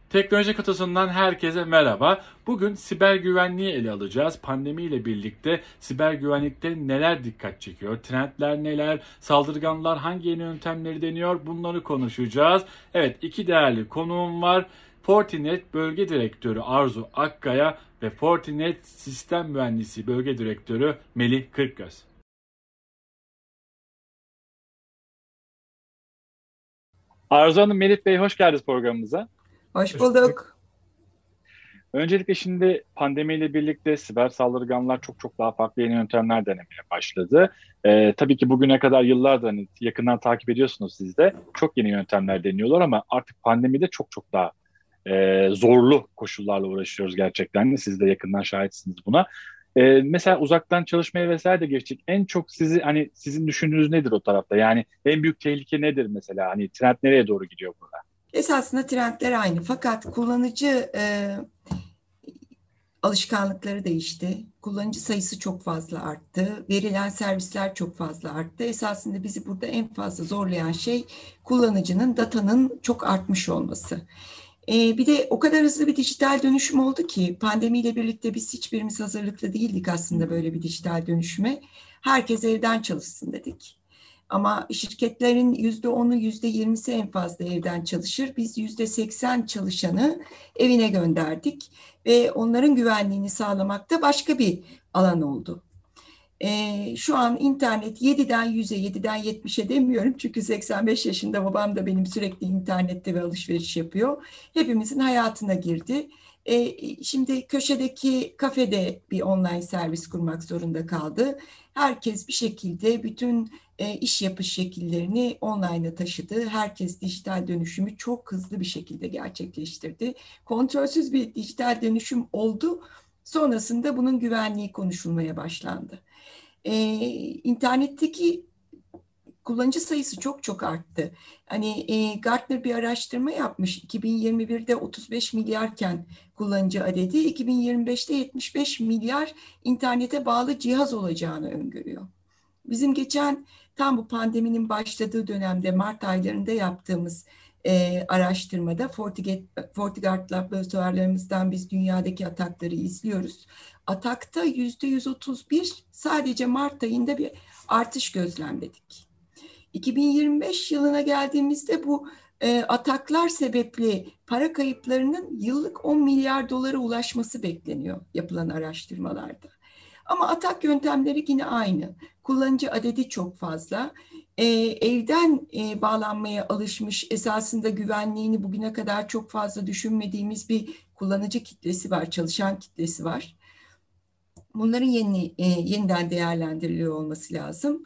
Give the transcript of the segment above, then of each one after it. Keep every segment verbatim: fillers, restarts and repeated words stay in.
Teknoloji Kutusu'ndan herkese merhaba. Bugün siber güvenliği ele alacağız. Pandemiyle birlikte siber güvenlikte neler dikkat çekiyor? Trendler neler? Saldırganlar hangi yeni yöntemleri deniyor? Bunları konuşacağız. Evet, iki değerli konuğum var. Fortinet Bölge Direktörü Arzu Akkaya ve Fortinet Sistem Mühendisi Bölge Direktörü Melih Kırkgöz. Arzu Hanım, Melih Bey hoş geldiniz programımıza. Hoş bulduk. Öncelikle şimdi pandemiyle birlikte siber saldırganlar çok çok daha farklı yeni yöntemler denemeye başladı. Ee, tabii ki bugüne kadar yıllardır hani yakından takip ediyorsunuz siz de. Çok yeni yöntemler deniyorlar ama artık pandemide çok çok daha e, zorlu koşullarla uğraşıyoruz gerçekten de. Siz de yakından şahitsiniz buna. Ee, mesela uzaktan çalışmaya vesaire de geçtik. En çok sizi hani sizin düşündüğünüz nedir o tarafta? Yani en büyük tehlike nedir mesela? Hani trend nereye doğru gidiyor burada? Esasında trendler aynı fakat kullanıcı e, alışkanlıkları değişti. Kullanıcı sayısı çok fazla arttı. Verilen servisler çok fazla arttı. Esasında bizi burada en fazla zorlayan şey kullanıcının datanın çok artmış olması. Ee, bir de o kadar hızlı bir dijital dönüşüm oldu ki pandemiyle birlikte biz hiçbirimiz hazırlıklı değildik aslında böyle bir dijital dönüşüme. Herkes evden çalışsın dedik. Ama şirketlerin yüzde onu, yüzde yirmisi en fazla evden çalışır. Biz yüzde seksen çalışanı evine gönderdik ve onların güvenliğini sağlamak da başka bir alan oldu. Ee, şu an internet yediden yüze, yediden yetmişe demiyorum. Çünkü seksen beş yaşında babam da benim sürekli internette ve alışveriş yapıyor. Hepimizin hayatına girdi. Ee, şimdi köşedeki kafede bir online servis kurmak zorunda kaldı. Herkes bir şekilde bütün e, iş yapış şekillerini online'a taşıdı. Herkes dijital dönüşümü çok hızlı bir şekilde gerçekleştirdi. Kontrolsüz bir dijital dönüşüm oldu. Sonrasında bunun güvenliği konuşulmaya başlandı. Ee, internetteki kullanıcı sayısı çok çok arttı. Hani e, Gartner bir araştırma yapmış. iki bin yirmi birde otuz beş milyarken kullanıcı adedi, iki bin yirmi beşte yetmiş beş milyar internete bağlı cihaz olacağını öngörüyor. Bizim geçen tam bu pandeminin başladığı dönemde Mart aylarında yaptığımız e, araştırmada FortiGate, FortiGuard laboratuvarlarımızdan biz dünyadaki atakları izliyoruz. Atakta yüzde yüz otuz bir sadece Mart ayında bir artış gözlemledik. iki bin yirmi beş yılına geldiğimizde bu e, ataklar sebepli para kayıplarının yıllık on milyar dolara ulaşması bekleniyor yapılan araştırmalarda. Ama atak yöntemleri yine aynı. Kullanıcı adedi çok fazla. Ee, evden e, bağlanmaya alışmış, esasında güvenliğini bugüne kadar çok fazla düşünmediğimiz bir kullanıcı kitlesi var, çalışan kitlesi var. Bunların yeni, e, yeniden değerlendiriliyor olması lazım.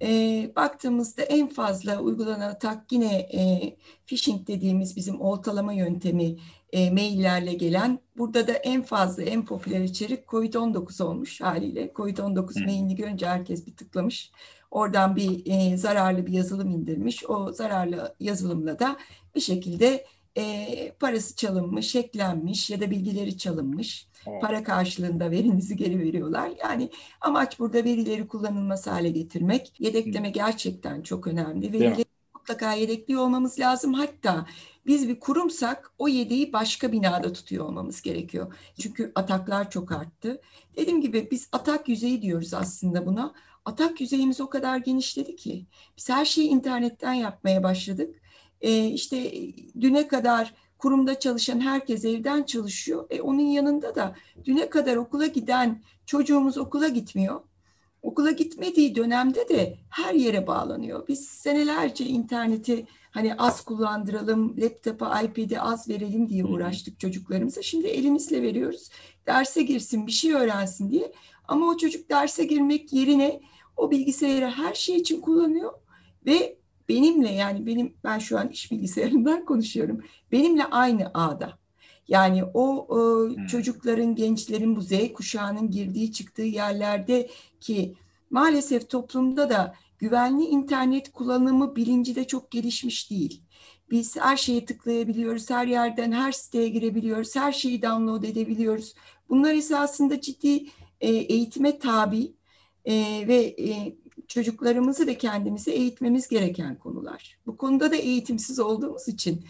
E, baktığımızda en fazla uygulanan atak yine e, phishing dediğimiz bizim oltalama yöntemi, e, maillerle gelen. Burada da en fazla, en popüler içerik kovid on dokuz olmuş haliyle. kovid on dokuz hmm. mailini görünce herkes bir tıklamış. Oradan bir e, zararlı bir yazılım indirmiş. O zararlı yazılımla da bir şekilde e, parası çalınmış, hacklenmiş ya da bilgileri çalınmış. Para karşılığında verinizi geri veriyorlar. Yani amaç burada verileri kullanılmaz hale getirmek. Yedekleme gerçekten çok önemli. Verileri mutlaka yedekliyor olmamız lazım. Hatta biz bir kurumsak o yedeği başka binada tutuyor olmamız gerekiyor. Çünkü ataklar çok arttı. Dediğim gibi biz atak yüzeyi diyoruz aslında buna. Atak yüzeyimiz o kadar genişledi ki biz her şeyi internetten yapmaya başladık. Ee, işte düne kadar kurumda çalışan herkes evden çalışıyor. E, onun yanında da düne kadar okula giden çocuğumuz okula gitmiyor. Okula gitmediği dönemde de her yere bağlanıyor. Biz senelerce interneti hani az kullandıralım, laptopa, iPad'i az verelim diye uğraştık çocuklarımıza. Şimdi elimizle veriyoruz. Derse girsin, bir şey öğrensin diye. Ama o çocuk derse girmek yerine o bilgisayarı her şey için kullanıyor ve benimle, yani benim ben şu an iş bilgisayarından konuşuyorum. Benimle aynı ağda. Yani o, o hmm. çocukların, gençlerin, bu Z kuşağının girdiği çıktığı yerlerde ki maalesef toplumda da güvenli internet kullanımı bilinci de çok gelişmiş değil. Biz her şeye tıklayabiliyoruz, her yerden her siteye girebiliyoruz, her şeyi download edebiliyoruz. Bunlar esasında ciddi e, eğitime tabi e, ve e, çocuklarımızı ve kendimizi eğitmemiz gereken konular. Bu konuda da eğitimsiz olduğumuz için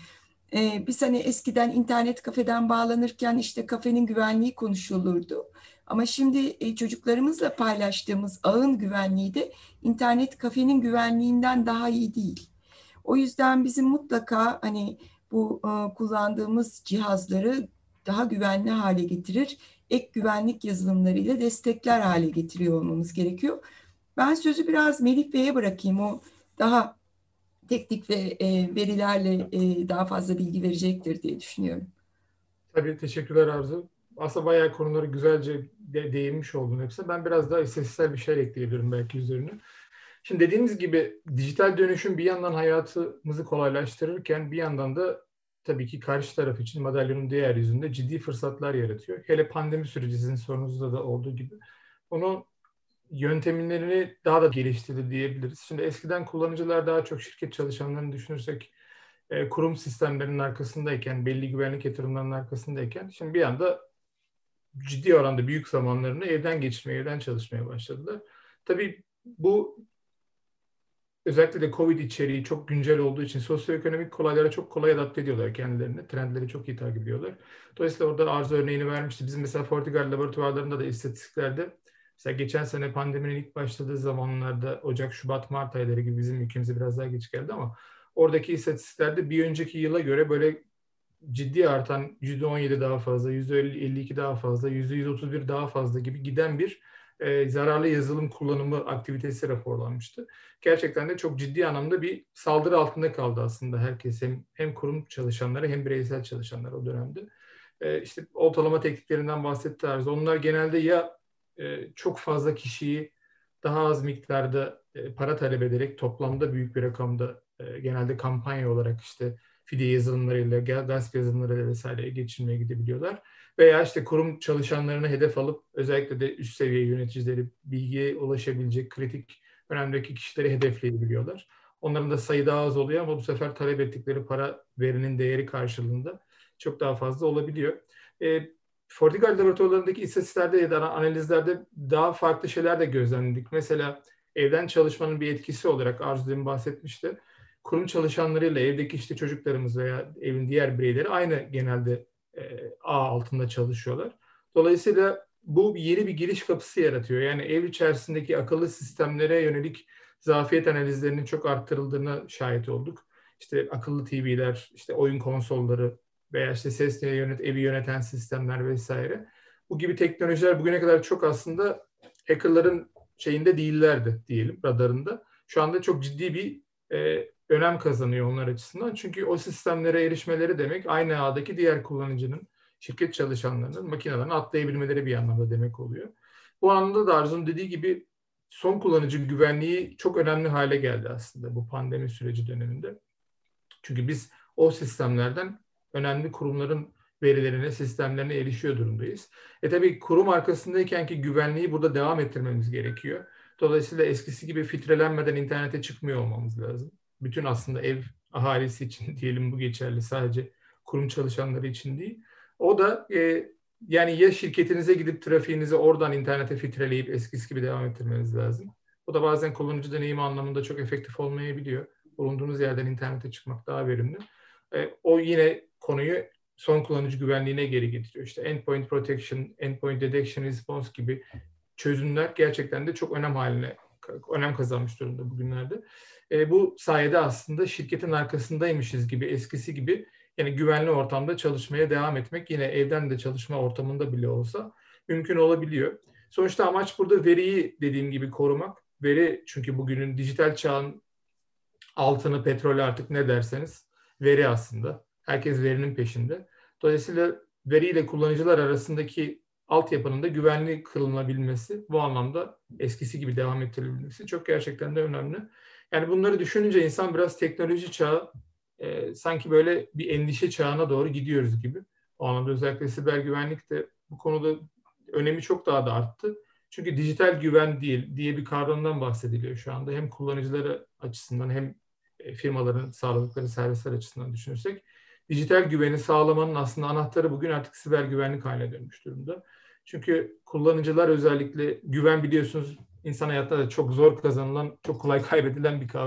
Ee, biz hani eskiden internet kafeden bağlanırken işte kafenin güvenliği konuşulurdu. Ama şimdi e, çocuklarımızla paylaştığımız ağın güvenliği de internet kafenin güvenliğinden daha iyi değil. O yüzden bizim mutlaka hani bu e, kullandığımız cihazları daha güvenli hale getirir, ek güvenlik yazılımlarıyla destekler hale getiriyor olmamız gerekiyor. Ben sözü biraz Melih Bey'e bırakayım. O daha teknik ve e, verilerle e, daha fazla bilgi verecektir diye düşünüyorum. Tabii, teşekkürler Arzu. Aslında bayağı konuları güzelce de, değinmiş oldun hepsi. Ben biraz daha istatistiksel bir şey ekleyebilirim belki üzerine. Şimdi dediğimiz gibi dijital dönüşüm bir yandan hayatımızı kolaylaştırırken bir yandan da tabii ki karşı taraf için madalyonun diğer yüzünde ciddi fırsatlar yaratıyor. Hele pandemi süreci sizin sorunuzda da olduğu gibi. Onun yöntemlerini daha da geliştirdi diyebiliriz. Şimdi eskiden kullanıcılar daha çok şirket çalışanlarını düşünürsek e, kurum sistemlerinin arkasındayken, belli güvenlik yatırımlarının arkasındayken şimdi bir anda ciddi oranda büyük zamanlarını evden geçirmeye, evden çalışmaya başladılar. Tabii bu özellikle de Covid içeriği çok güncel olduğu için sosyoekonomik kolaylara çok kolay adapte ediyorlar kendilerini. Trendleri çok iyi takip ediyorlar. Dolayısıyla orada Arzu örneğini vermişti. Bizim mesela Fortigal laboratuvarlarında da istatistiklerde mesela geçen sene pandeminin ilk başladığı zamanlarda Ocak, Şubat, Mart ayları gibi bizim ülkemize biraz daha geç geldi ama oradaki istatistiklerde bir önceki yıla göre böyle ciddi artan yüzde on yedi daha fazla, yüzde elli iki daha fazla, yüzde yüz otuz bir daha fazla gibi giden bir e, zararlı yazılım kullanımı aktivitesi raporlanmıştı. Gerçekten de çok ciddi anlamda bir saldırı altında kaldı aslında herkes. Hem, hem kurum çalışanları hem bireysel çalışanlar o dönemde. E, işte oltalama tekniklerinden bahsettiler. Onlar genelde ya e, çok fazla kişiyi daha az miktarda e, para talep ederek toplamda büyük bir rakamda e, genelde kampanya olarak işte fidye yazılımlarıyla, gasp yazılımlarıyla vesaireye geçirmeye gidebiliyorlar. Veya işte kurum çalışanlarını hedef alıp özellikle de üst seviye yöneticileri bilgiye ulaşabilecek kritik önemdeki kişileri hedefleyebiliyorlar. Onların da sayı daha az oluyor ama bu sefer talep ettikleri para verinin değeri karşılığında çok daha fazla olabiliyor. E, Fortigal laboratuvarlarındaki istatistiklerde ya da analizlerde daha farklı şeyler de gözlemledik. Mesela evden çalışmanın bir etkisi olarak Arzu demin bahsetmişti. Kurum çalışanlarıyla evdeki işte çocuklarımız veya evin diğer bireyleri aynı genelde e, ağ altında çalışıyorlar. Dolayısıyla bu yeni bir giriş kapısı yaratıyor. Yani ev içerisindeki akıllı sistemlere yönelik zafiyet analizlerinin çok arttırıldığına şahit olduk. İşte akıllı T V'ler, işte oyun konsolları veya işte sesle yönet, evi yöneten sistemler vesaire. Bu gibi teknolojiler bugüne kadar çok aslında hackerların şeyinde değillerdi diyelim, radarında. Şu anda çok ciddi bir e, önem kazanıyor onlar açısından. Çünkü o sistemlere erişmeleri demek aynı ağdaki diğer kullanıcının, şirket çalışanlarının makinelerini atlayabilmeleri bir anlamda demek oluyor. Bu anlamda da Arzu'nun dediği gibi son kullanıcı güvenliği çok önemli hale geldi aslında bu pandemi süreci döneminde. Çünkü biz o sistemlerden önemli kurumların verilerine, sistemlerine erişiyor durumdayız. E tabii kurum arkasındayken ki güvenliği burada devam ettirmemiz gerekiyor. Dolayısıyla eskisi gibi filtrelenmeden internete çıkmıyor olmamız lazım. Bütün aslında ev ahalisi için diyelim bu geçerli, sadece kurum çalışanları için değil. O da e, yani ya şirketinize gidip trafiğinizi oradan internete filtreleyip eskisi gibi devam ettirmeniz lazım. Bu da bazen kullanıcı deneyimi anlamında çok efektif olmayabiliyor. Bulunduğunuz yerden internete çıkmak daha verimli. E, o yine konuyu son kullanıcı güvenliğine geri getiriyor. İşte endpoint protection, endpoint detection response gibi çözümler gerçekten de çok önem haline önem kazanmış durumda bugünlerde. E, bu sayede aslında şirketin arkasındaymışız gibi, eskisi gibi yani güvenli ortamda çalışmaya devam etmek yine evden de çalışma ortamında bile olsa mümkün olabiliyor. Sonuçta amaç burada veriyi dediğim gibi korumak. Veri çünkü bugünün dijital çağın altını, petrolü artık ne derseniz veri aslında. Herkes verinin peşinde. Dolayısıyla veriyle kullanıcılar arasındaki altyapının da güvenli kılınabilmesi, bu anlamda eskisi gibi devam ettirilebilmesi çok gerçekten de önemli. Yani bunları düşününce insan biraz teknoloji çağı, e, sanki böyle bir endişe çağına doğru gidiyoruz gibi. O anlamda özellikle siber güvenlik de bu konuda önemi çok daha da arttı. Çünkü dijital güven değil diye bir kavramdan bahsediliyor şu anda. Hem kullanıcıları açısından hem firmaların sağladıkları servisler açısından düşünürsek dijital güveni sağlamanın aslında anahtarı bugün artık siber güvenlik haline dönmüş durumda. Çünkü kullanıcılar özellikle güven biliyorsunuz insan hayatında da çok zor kazanılan, çok kolay kaybedilen bir kavram.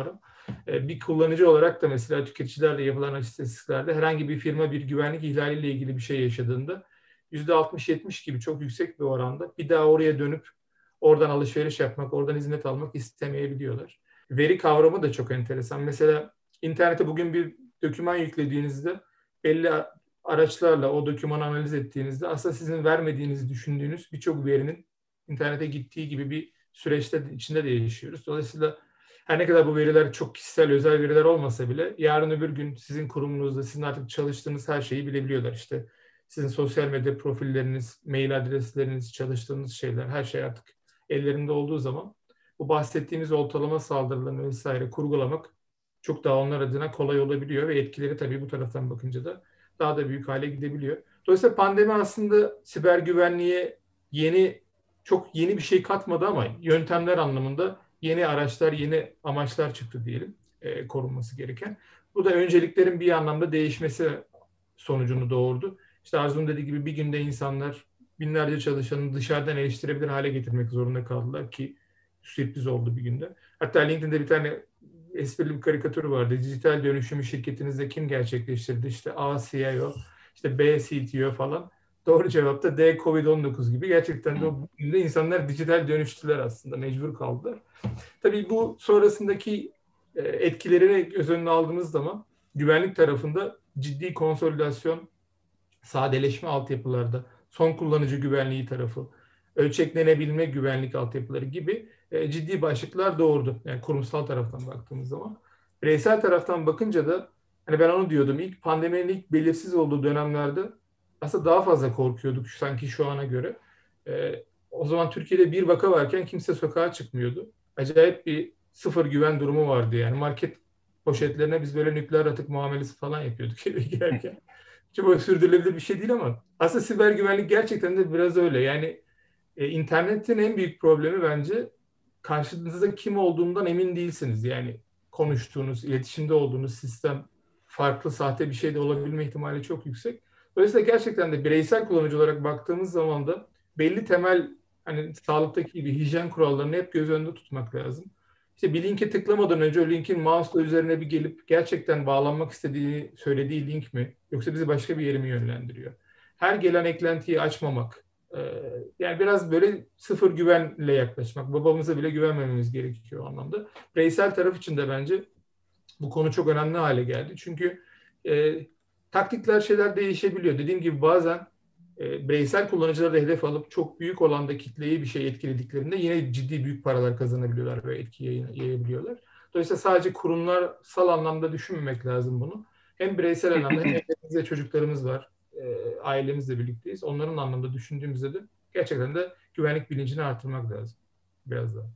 bir kullanıcı olarak da mesela tüketicilerle yapılan istatistiklerde herhangi bir firma bir güvenlik ihlaliyle ilgili bir şey yaşadığında yüzde altmış yetmiş gibi çok yüksek bir oranda bir daha oraya dönüp oradan alışveriş yapmak, oradan hizmet almak istemeyebiliyorlar. Veri kavramı da çok enteresan. Mesela internete bugün bir doküman yüklediğinizde belli araçlarla o dokümanı analiz ettiğinizde aslında sizin vermediğinizi düşündüğünüz birçok verinin internete gittiği gibi bir süreçte içinde de yaşıyoruz. Dolayısıyla her ne kadar bu veriler çok kişisel, özel veriler olmasa bile yarın öbür gün sizin kurumunuzda, sizin artık çalıştığınız her şeyi bilebiliyorlar. İşte sizin sosyal medya profilleriniz, mail adresleriniz, çalıştığınız şeyler, her şey artık ellerinde olduğu zaman bu bahsettiğimiz oltalama saldırılarını vesaire kurgulamak çok daha onlar adına kolay olabiliyor ve etkileri tabii bu taraftan bakınca da daha da büyük hale gidebiliyor. Dolayısıyla pandemi aslında siber güvenliğe yeni, çok yeni bir şey katmadı ama yöntemler anlamında yeni araçlar, yeni amaçlar çıktı diyelim e, korunması gereken. Bu da önceliklerin bir anlamda değişmesi sonucunu doğurdu. İşte Arzu'nun dediği gibi bir günde insanlar binlerce çalışanı dışarıdan eleştirebilir hale getirmek zorunda kaldılar ki sürpriz oldu bir günde. Hatta LinkedIn'de bir tane esprili bir karikatür vardı. Dijital dönüşümü şirketinizde kim gerçekleştirdi? İşte A C I O, işte B C T O falan. Doğru cevap da D Covid on dokuz gibi. Gerçekten de o günde insanlar dijital dönüştüler aslında. Mecbur kaldılar. Tabii bu sonrasındaki etkilerini göz önüne aldığımız zaman güvenlik tarafında ciddi konsolidasyon, sadeleşme altyapılarda, son kullanıcı güvenliği tarafı, ölçeklenebilme güvenlik altyapıları gibi e, ciddi başlıklar doğurdu. Yani kurumsal taraftan baktığımız zaman. Bireysel taraftan bakınca da hani ben onu diyordum, ilk pandeminin ilk belirsiz olduğu dönemlerde aslında daha fazla korkuyorduk sanki şu ana göre. E, o zaman Türkiye'de bir vaka varken kimse sokağa çıkmıyordu. Acayip bir sıfır güven durumu vardı yani. Market poşetlerine biz böyle nükleer atık muamelesi falan yapıyorduk eve girerken. Çok sürdürülebilir bir şey değil ama aslında siber güvenlik gerçekten de biraz öyle. Yani e, internetin en büyük problemi bence karşınızda kim olduğundan emin değilsiniz. Yani konuştuğunuz, iletişimde olduğunuz sistem farklı, sahte bir şey de olabilme ihtimali çok yüksek. Dolayısıyla gerçekten de bireysel kullanıcı olarak baktığımız zaman da belli temel hani sağlıktaki gibi hijyen kurallarını hep göz önünde tutmak lazım. İşte bir linke tıklamadan önce o linkin mouse'la üzerine bir gelip gerçekten bağlanmak istediği, söylediği link mi yoksa bizi başka bir yere mi yönlendiriyor? Her gelen eklentiyi açmamak. Yani biraz böyle sıfır güvenle yaklaşmak. Babamıza bile güvenmememiz gerekiyor o anlamda. Bireysel taraf için de bence bu konu çok önemli hale geldi. Çünkü e, taktikler, şeyler değişebiliyor. Dediğim gibi bazen e, bireysel kullanıcıları da hedef alıp çok büyük olanda kitleyi bir şey etkilediklerinde yine ciddi büyük paralar kazanabiliyorlar ve etki yayabiliyorlar. Dolayısıyla sadece kurumsal anlamda düşünmemek lazım bunu. Hem bireysel anlamda hem evimizde çocuklarımız var. E, ailemizle birlikteyiz. Onların anlamda düşündüğümüzde de gerçekten de güvenlik bilincini artırmak lazım. Biraz daha.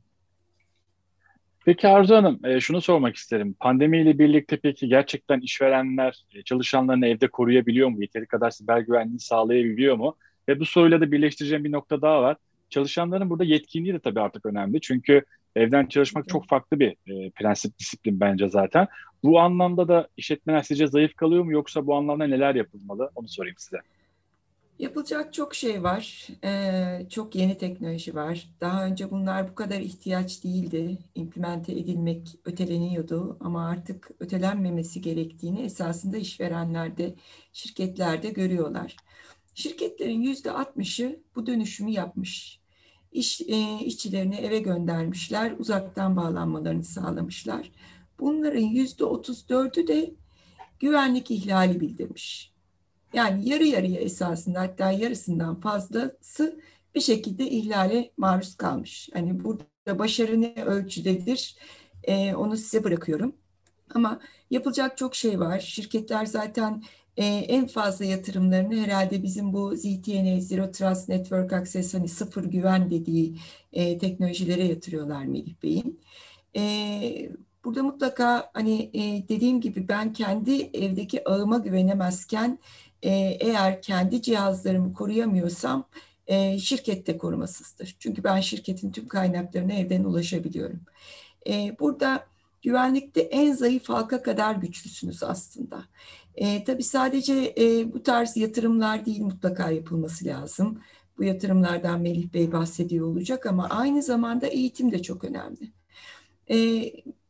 Peki Arzu Hanım, e, şunu sormak isterim. Pandemiyle birlikte peki gerçekten işverenler e, çalışanlarını evde koruyabiliyor mu? Yeteri kadar siber güvenliği sağlayabiliyor mu? Ve bu soruyla da birleştireceğim bir nokta daha var. Çalışanların burada yetkinliği de tabii artık önemli. Çünkü evden çalışmak çok farklı bir e, prensip, disiplin bence zaten. Bu anlamda da işletmeler sizce zayıf kalıyor mu? Yoksa bu anlamda neler yapılmalı? Onu sorayım size. Yapılacak çok şey var. Ee, çok yeni teknoloji var. Daha önce bunlar bu kadar ihtiyaç değildi. İmplemente edilmek öteleniyordu ama artık ötelenmemesi gerektiğini esasında işverenlerde, şirketlerde görüyorlar. Şirketlerin yüzde altmışı bu dönüşümü yapmış. İş, e, işçilerini eve göndermişler, uzaktan bağlanmalarını sağlamışlar. Bunların yüzde otuz dördü de güvenlik ihlali bildirmiş. Yani yarı yarıya esasında hatta yarısından fazlası bir şekilde ihlale maruz kalmış. Hani burada başarı ne ölçüdedir e, onu size bırakıyorum. Ama yapılacak çok şey var. Şirketler zaten e, en fazla yatırımlarını herhalde bizim bu Z T N A, Zero Trust Network Access, hani sıfır güven dediği e, teknolojilere yatırıyorlar Melih Bey'in. E, burada mutlaka hani e, dediğim gibi ben kendi evdeki ağıma güvenemezken e, eğer kendi cihazlarımı koruyamıyorsam e, şirkette korumasızdır. Çünkü ben şirketin tüm kaynaklarına evden ulaşabiliyorum. E, burada güvenlikte en zayıf halka kadar güçlüsünüz aslında. E, tabii sadece e, bu tarz yatırımlar değil mutlaka yapılması lazım. Bu yatırımlardan Melih Bey bahsediyor olacak ama aynı zamanda eğitim de çok önemli. E,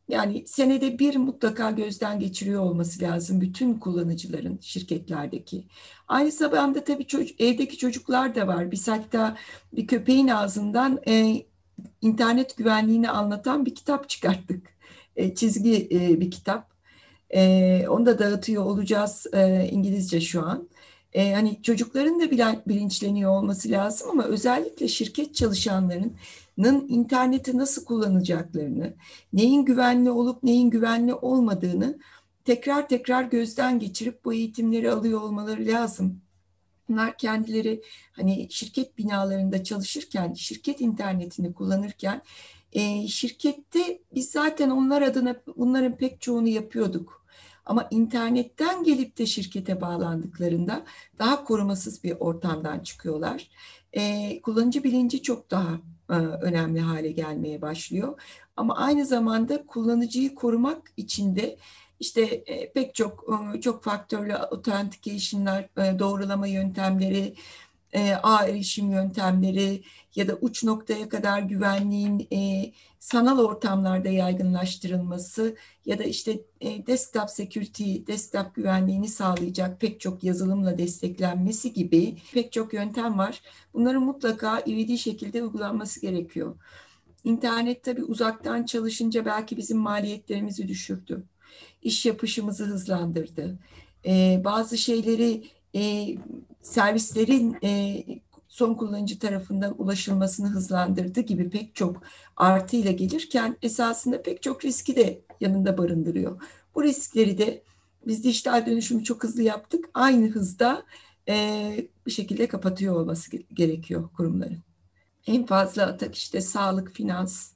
Yani senede bir mutlaka gözden geçiriyor olması lazım bütün kullanıcıların şirketlerdeki. Aynı zamanda tabii çocuk, evdeki çocuklar da var. Biz hatta bir köpeğin ağzından e, internet güvenliğini anlatan bir kitap çıkarttık. E, çizgi e, bir kitap. E, onu da dağıtıyor olacağız e, İngilizce şu an. E, hani çocukların da bilen, bilinçleniyor olması lazım ama özellikle şirket çalışanlarının interneti nasıl kullanacaklarını, neyin güvenli olup neyin güvenli olmadığını tekrar tekrar gözden geçirip bu eğitimleri alıyor olmaları lazım. Bunlar kendileri hani şirket binalarında çalışırken, şirket internetini kullanırken e, şirkette biz zaten onlar adına bunların pek çoğunu yapıyorduk. Ama internetten gelip de şirkete bağlandıklarında daha korumasız bir ortamdan çıkıyorlar. E, kullanıcı bilinci çok daha e, önemli hale gelmeye başlıyor. Ama aynı zamanda kullanıcıyı korumak için de işte e, pek çok e, çok faktörlü authentication'lar, e, doğrulama yöntemleri, e, ağ erişim yöntemleri ya da uç noktaya kadar güvenliğin e, sanal ortamlarda yaygınlaştırılması ya da işte e, desktop security, desktop güvenliğini sağlayacak pek çok yazılımla desteklenmesi gibi pek çok yöntem var. Bunların mutlaka ivedi şekilde uygulanması gerekiyor. İnternet tabii uzaktan çalışınca belki bizim maliyetlerimizi düşürdü. İş yapışımızı hızlandırdı. Ee, bazı şeyleri e, servislerin e, son kullanıcı tarafından ulaşılmasını hızlandırdı gibi pek çok artıyla gelirken esasında pek çok riski de yanında barındırıyor. Bu riskleri de biz dijital dönüşümü çok hızlı yaptık. Aynı hızda e, bir şekilde kapatıyor olması gerekiyor kurumların. En fazla atak işte sağlık, finans,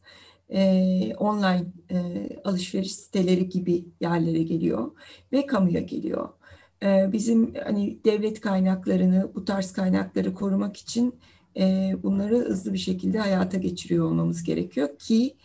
e, online e, alışveriş siteleri gibi yerlere geliyor ve kamuya geliyor. E, bizim hani devlet kaynaklarını, bu tarz kaynakları korumak için e, bunları hızlı bir şekilde hayata geçiriyor olmamız gerekiyor ki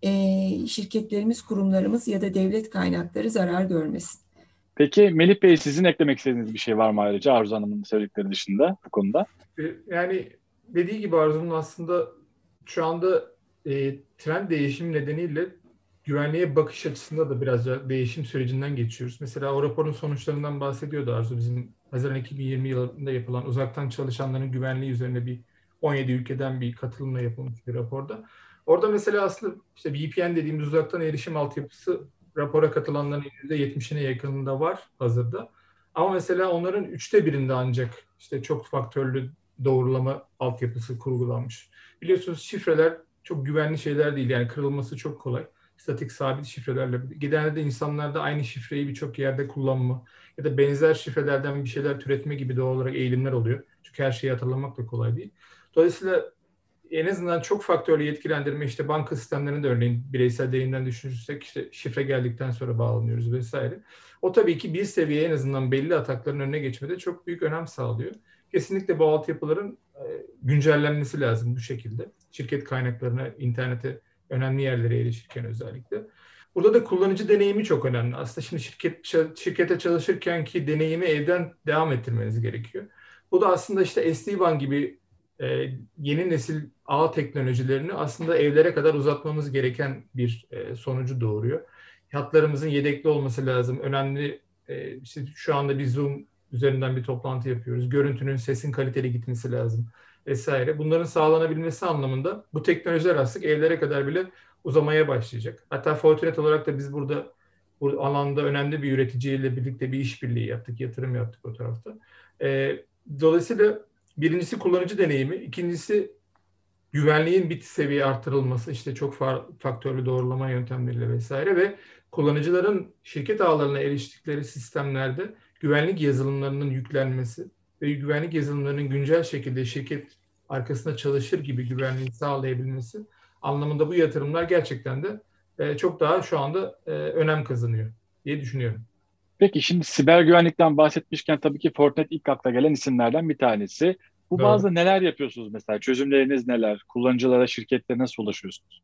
e, şirketlerimiz, kurumlarımız ya da devlet kaynakları zarar görmesin. Peki Melih Bey, sizin eklemek istediğiniz bir şey var mı ayrıca Arzu Hanım'ın söyledikleri dışında bu konuda? Yani dediği gibi Arzu'nun aslında şu anda e, trend değişimi nedeniyle güvenliğe bakış açısında da biraz değişim sürecinden geçiyoruz. Mesela o raporun sonuçlarından bahsediyordu Arzu. Bizim Haziran iki bin yirmi yılında yapılan uzaktan çalışanların güvenliği üzerine bir on yedi ülkeden bir katılımla yapılmış bir raporda. Orada mesela aslında işte V P N dediğimiz uzaktan erişim altyapısı rapora katılanların yüzde yetmişine yakınında var hazırda. Ama mesela onların üçte birinde ancak işte çok faktörlü doğrulama altyapısı kurgulanmış. Biliyorsunuz şifreler çok güvenli şeyler değil. Yani kırılması çok kolay. Statik sabit şifrelerle. Genelde insanlarda aynı şifreyi birçok yerde kullanma ya da benzer şifrelerden bir şeyler türetme gibi doğal olarak eğilimler oluyor. Çünkü her şeyi hatırlamak da kolay değil. Dolayısıyla en azından çok faktörlü yetkilendirme, işte banka sistemlerinde örneğin bireysel değerinden düşünürsek işte şifre geldikten sonra bağlanıyoruz vesaire. O tabii ki bir seviye en azından belli atakların önüne geçmede çok büyük önem sağlıyor. Kesinlikle bu altyapıların güncellenmesi lazım bu şekilde. Şirket kaynaklarına, internete, önemli yerlere erişirken özellikle. Burada da kullanıcı deneyimi çok önemli. Aslında şimdi şirket şirkete çalışırken ki deneyimi evden devam ettirmeniz gerekiyor. Bu da aslında işte S D WAN gibi e, yeni nesil ağ teknolojilerini aslında evlere kadar uzatmamız gereken bir e, sonucu doğuruyor. Hatlarımızın yedekli olması lazım. Önemli e, işte şu anda bir Zoom üzerinden bir toplantı yapıyoruz. Görüntünün, sesin kaliteli gitmesi lazım vesaire. Bunların sağlanabilmesi anlamında bu teknolojiler artık evlere kadar bile uzamaya başlayacak. Hatta Fortinet olarak da biz burada bu alanda önemli bir üreticiyle birlikte bir işbirliği yaptık, yatırım yaptık o tarafta. E, dolayısıyla birincisi kullanıcı deneyimi, ikincisi güvenliğin bir seviye artırılması, işte çok faktörlü doğrulama yöntemleriyle vesaire ve kullanıcıların şirket ağlarına eriştikleri sistemlerde güvenlik yazılımlarının yüklenmesi ve güvenlik yazılımlarının güncel şekilde şirket arkasında çalışır gibi güvenliği sağlayabilmesi anlamında bu yatırımlar gerçekten de e, çok daha şu anda e, önem kazanıyor diye düşünüyorum. Peki şimdi siber güvenlikten bahsetmişken tabii ki Fortinet ilk akla gelen isimlerden bir tanesi. Bu Doğru. bazı neler yapıyorsunuz mesela? Çözümleriniz neler? Kullanıcılara, şirketlere nasıl ulaşıyorsunuz?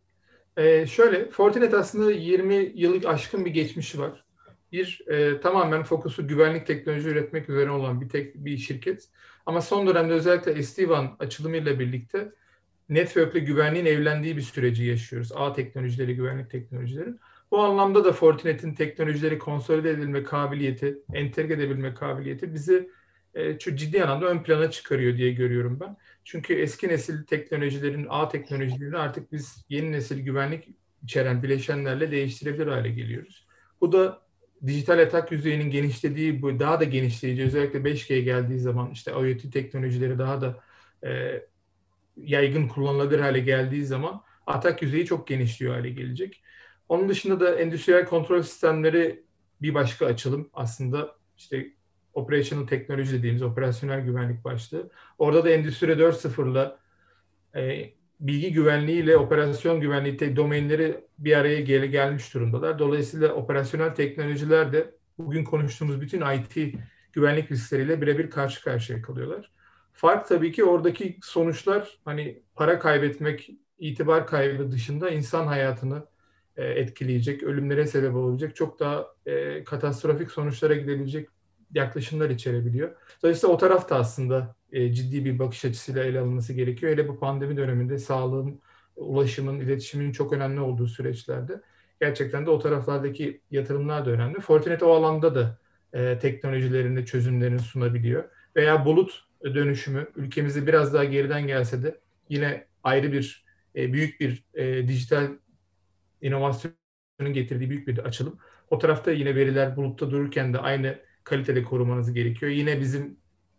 Ee, şöyle, Fortinet aslında yirmi yıllık aşkın bir geçmişi var. Bir e, tamamen fokusu güvenlik teknoloji üretmek üzerine olan bir tek bir şirket. Ama son dönemde özellikle S D WAN açılımıyla birlikte network'le güvenliğin evlendiği bir süreci yaşıyoruz. Ağ teknolojileri, güvenlik teknolojileri. Bu anlamda da Fortinet'in teknolojileri konsolide edilme kabiliyeti, entegre edebilme kabiliyeti bizi e, çok ciddi anlamda ön plana çıkarıyor diye görüyorum ben. Çünkü eski nesil teknolojilerin, ağ teknolojilerini artık biz yeni nesil güvenlik içeren bileşenlerle değiştirebilir hale geliyoruz. Bu da dijital atak yüzeyinin genişlediği, bu daha da genişleyici, özellikle beş G geldiği zaman işte IoT teknolojileri daha da e, yaygın kullanılabilir hale geldiği zaman atak yüzeyi çok genişliyor hale gelecek. Onun dışında da endüstriyel kontrol sistemleri bir başka açılım. Aslında işte operational teknoloji dediğimiz operasyonel güvenlik başlığı. Orada da Endüstri dört nokta sıfırla e, bilgi güvenliği ile operasyon güvenliği te- domainleri bir araya gel gelmiş durumdalar. Dolayısıyla operasyonel teknolojiler de bugün konuştuğumuz bütün I T güvenlik riskleriyle birebir karşı karşıya kalıyorlar. Fark tabii ki oradaki sonuçlar hani para kaybetmek, itibar kaybı dışında insan hayatını e, etkileyecek, ölümlere sebep olabilecek, çok daha e, katastrofik sonuçlara gidebilecek yaklaşımlar içerebiliyor. Dolayısıyla o taraf da aslında e, ciddi bir bakış açısıyla ele alınması gerekiyor. Hele bu pandemi döneminde sağlığın, ulaşımın, iletişimin çok önemli olduğu süreçlerde gerçekten de o taraflardaki yatırımlar da önemli. Fortinet o alanda da e, teknolojilerini, çözümlerini sunabiliyor. Veya bulut dönüşümü ülkemizi biraz daha geriden gelse de yine ayrı bir e, büyük bir e, dijital inovasyonun getirdiği büyük bir açılım. O tarafta yine veriler bulutta dururken de aynı kalitede korumanız gerekiyor. Yine bizim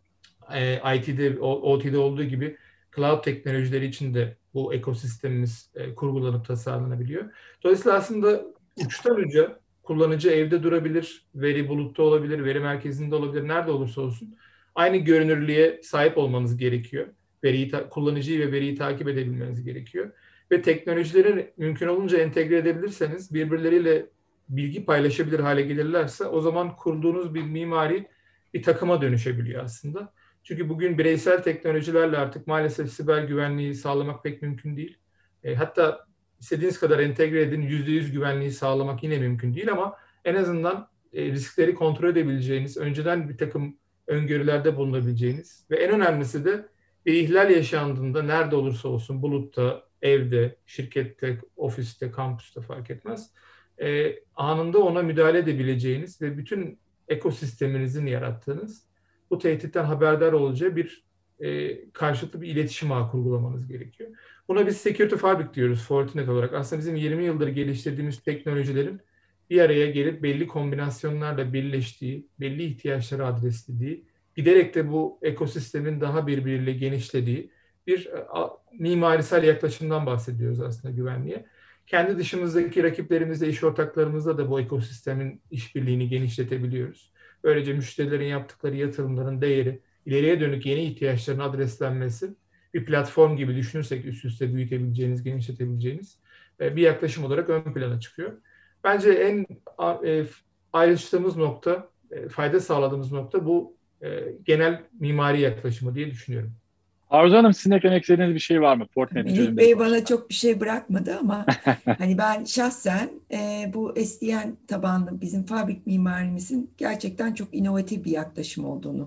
e, I T'de, O T'de olduğu gibi cloud teknolojileri için de bu ekosistemimiz e, kurgulanıp tasarlanabiliyor. Dolayısıyla aslında uçtan uca kullanıcı evde durabilir, veri bulutta olabilir, veri merkezinde olabilir, nerede olursa olsun aynı görünürlüğe sahip olmanız gerekiyor. Veriyi kullanıcıyı ve veriyi takip edebilmeniz gerekiyor. Ve teknolojileri mümkün olunca entegre edebilirseniz, birbirleriyle bilgi paylaşabilir hale gelirlerse o zaman kurduğunuz bir mimari bir takıma dönüşebiliyor aslında. Çünkü bugün bireysel teknolojilerle artık maalesef siber güvenliği sağlamak pek mümkün değil. E, hatta istediğiniz kadar entegre edin, yüzde yüz güvenliği sağlamak yine mümkün değil ama en azından e, riskleri kontrol edebileceğiniz, önceden bir takım öngörülerde bulunabileceğiniz ve en önemlisi de bir ihlal yaşandığında nerede olursa olsun, bulutta, evde, şirkette, ofiste, kampüste fark etmez, e, anında ona müdahale edebileceğiniz ve bütün ekosisteminizin yarattığınız, bu tehditten haberdar olacağı bir e, karşılıklı bir iletişim ağı kurgulamanız gerekiyor. Buna biz Security Fabric diyoruz Fortinet olarak. Aslında bizim yirmi yıldır geliştirdiğimiz teknolojilerin bir araya gelip belli kombinasyonlarla birleştiği, belli ihtiyaçları adreslediği, giderek de bu ekosistemin daha birbiriyle genişlediği bir a, mimarisel yaklaşımdan bahsediyoruz aslında güvenliğe. Kendi dışımızdaki rakiplerimizle, iş ortaklarımızla da bu ekosistemin işbirliğini genişletebiliyoruz. Böylece müşterilerin yaptıkları yatırımların değeri, ileriye dönük yeni ihtiyaçların adreslenmesi, bir platform gibi düşünürsek üst üste büyütebileceğiniz, genişletebileceğiniz bir yaklaşım olarak ön plana çıkıyor. Bence en ayrıştığımız nokta, fayda sağladığımız nokta bu genel mimari yaklaşımı diye düşünüyorum. Arzu Hanım, sizin eklemek istediğiniz bir şey var mı? Fortinet'in Melih çözümleri Bey konusunda. bana çok bir şey bırakmadı ama hani ben şahsen e, bu S D N tabanlı bizim fabrik mimarimizin gerçekten çok inovatif bir yaklaşım olduğunu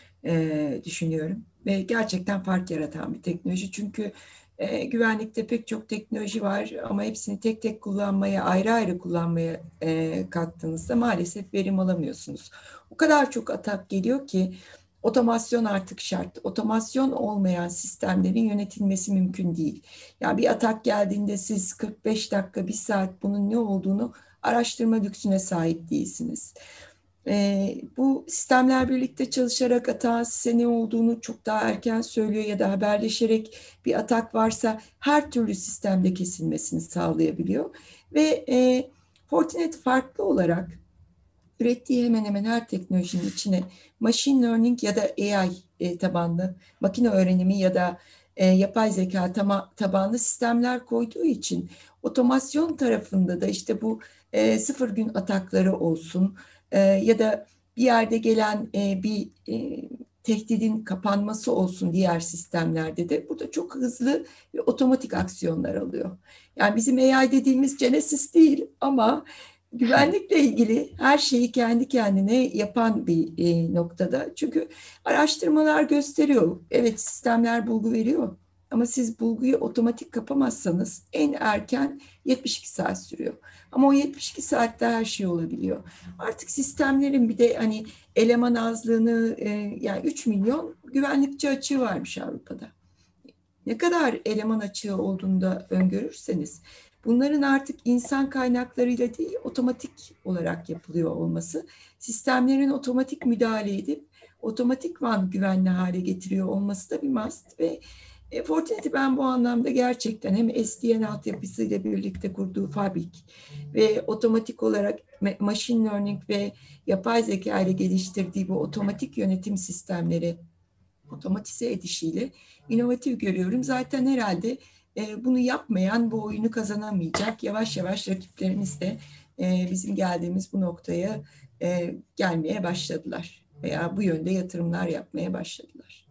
e, düşünüyorum. Ve gerçekten fark yaratan bir teknoloji. Çünkü e, güvenlikte pek çok teknoloji var ama hepsini tek tek kullanmaya, ayrı ayrı kullanmaya e, kalktığınızda maalesef verim alamıyorsunuz. O kadar çok atak geliyor ki otomasyon artık şart. Otomasyon olmayan sistemlerin yönetilmesi mümkün değil. Yani bir atak geldiğinde siz kırk beş dakika, bir saat bunun ne olduğunu araştırma lüksüne sahip değilsiniz. E, bu sistemler birlikte çalışarak atağın size ne olduğunu çok daha erken söylüyor ya da haberleşerek bir atak varsa her türlü sistemde kesilmesini sağlayabiliyor. Ve e, Fortinet farklı olarak ürettiği hemen hemen her teknolojinin içine machine learning ya da A I e, tabanlı makine öğrenimi ya da e, yapay zeka tama, tabanlı sistemler koyduğu için otomasyon tarafında da işte bu e, sıfır gün atakları olsun e, ya da bir yerde gelen e, bir e, tehdidin kapanması olsun diğer sistemlerde de burada çok hızlı ve otomatik aksiyonlar alıyor. Yani bizim A I dediğimiz Genesis değil ama güvenlikle ilgili her şeyi kendi kendine yapan bir e, noktada. Çünkü araştırmalar gösteriyor. Evet, sistemler bulgu veriyor Ama siz bulguyu otomatik kapamazsanız en erken yetmiş iki saat sürüyor. Ama o yetmiş iki saatte her şey olabiliyor. Artık sistemlerin bir de hani eleman azlığını, e, yani üç milyon güvenlikçi açığı varmış Avrupa'da. Ne kadar eleman açığı olduğunu da öngörürseniz, bunların artık insan kaynaklarıyla değil, otomatik olarak yapılıyor olması, sistemlerin otomatik müdahale edip otomatikman güvenli hale getiriyor olması da bir must. Ve e, Fortinet'i ben bu anlamda gerçekten hem S D N altyapısıyla birlikte kurduğu fabrik ve otomatik olarak machine learning ve yapay zeka ile geliştirdiği bu otomatik yönetim sistemleri otomatize edişiyle inovatif görüyorum. Zaten herhalde e, bunu yapmayan bu oyunu kazanamayacak. Yavaş yavaş rakiplerimiz de e, bizim geldiğimiz bu noktaya e, gelmeye başladılar. Veya bu yönde yatırımlar yapmaya başladılar.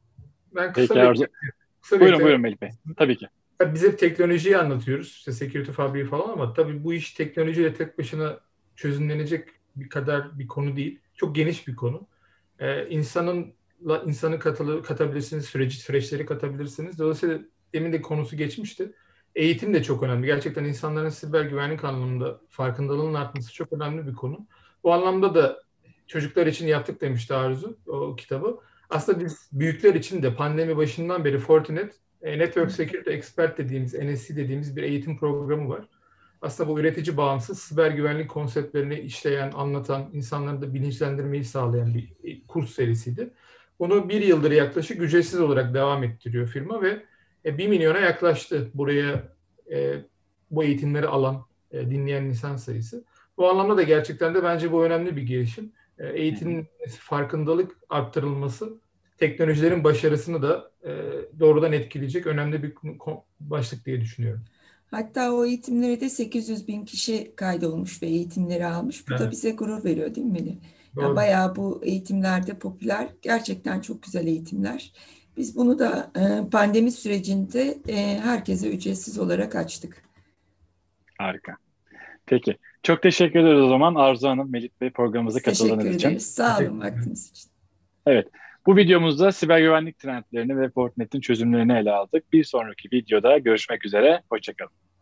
Ben kısa Peki, bir, Arzu. kısa Buyurun bir, buyurun Melih Bey. Tabii ki. Biz hep teknolojiyi anlatıyoruz. İşte security fabriği falan, ama tabii bu iş teknolojiyle tek başına çözümlenecek bir kadar bir konu değil. Çok geniş bir konu. Ee, insanın insanı katılı, katabilirsiniz, süreci süreçleri katabilirsiniz. Dolayısıyla demin de konusu geçmişti. Eğitim de çok önemli. Gerçekten insanların siber güvenlik anlamında farkındalığının artması çok önemli bir konu. Bu anlamda da çocuklar için yaptık demişti Arzu o kitabı. Aslında biz büyükler için de pandemi başından beri Fortinet Network Security Expert dediğimiz, N S C dediğimiz bir eğitim programı var. Aslında bu üretici bağımsız siber güvenlik konseptlerini işleyen, anlatan, insanları da bilinçlendirmeyi sağlayan bir kurs serisiydi. Bunu bir yıldır yaklaşık ücretsiz olarak devam ettiriyor firma ve bir milyona yaklaştı buraya e, bu eğitimleri alan, e, dinleyen insan sayısı. Bu anlamda da gerçekten de bence bu önemli bir girişim. E, eğitimin farkındalık arttırılması, teknolojilerin başarısını da e, doğrudan etkileyecek önemli bir başlık diye düşünüyorum. Hatta o eğitimlere de sekiz yüz bin kişi kaydolmuş ve eğitimleri almış. Bu evet. da bize gurur veriyor değil mi Melih? Yani bayağı bu eğitimlerde popüler. Gerçekten çok güzel eğitimler. Biz bunu da e, pandemi sürecinde e, herkese ücretsiz olarak açtık. Harika. Peki. Çok teşekkür ederiz o zaman Arzu Hanım, Melih Bey programımıza katıldığınız için. Teşekkür ederiz. Sağ olun vaktiniz için. Evet. Bu videomuzda siber güvenlik trendlerini ve Fortinet'in çözümlerini ele aldık. Bir sonraki videoda görüşmek üzere. Hoşça kalın.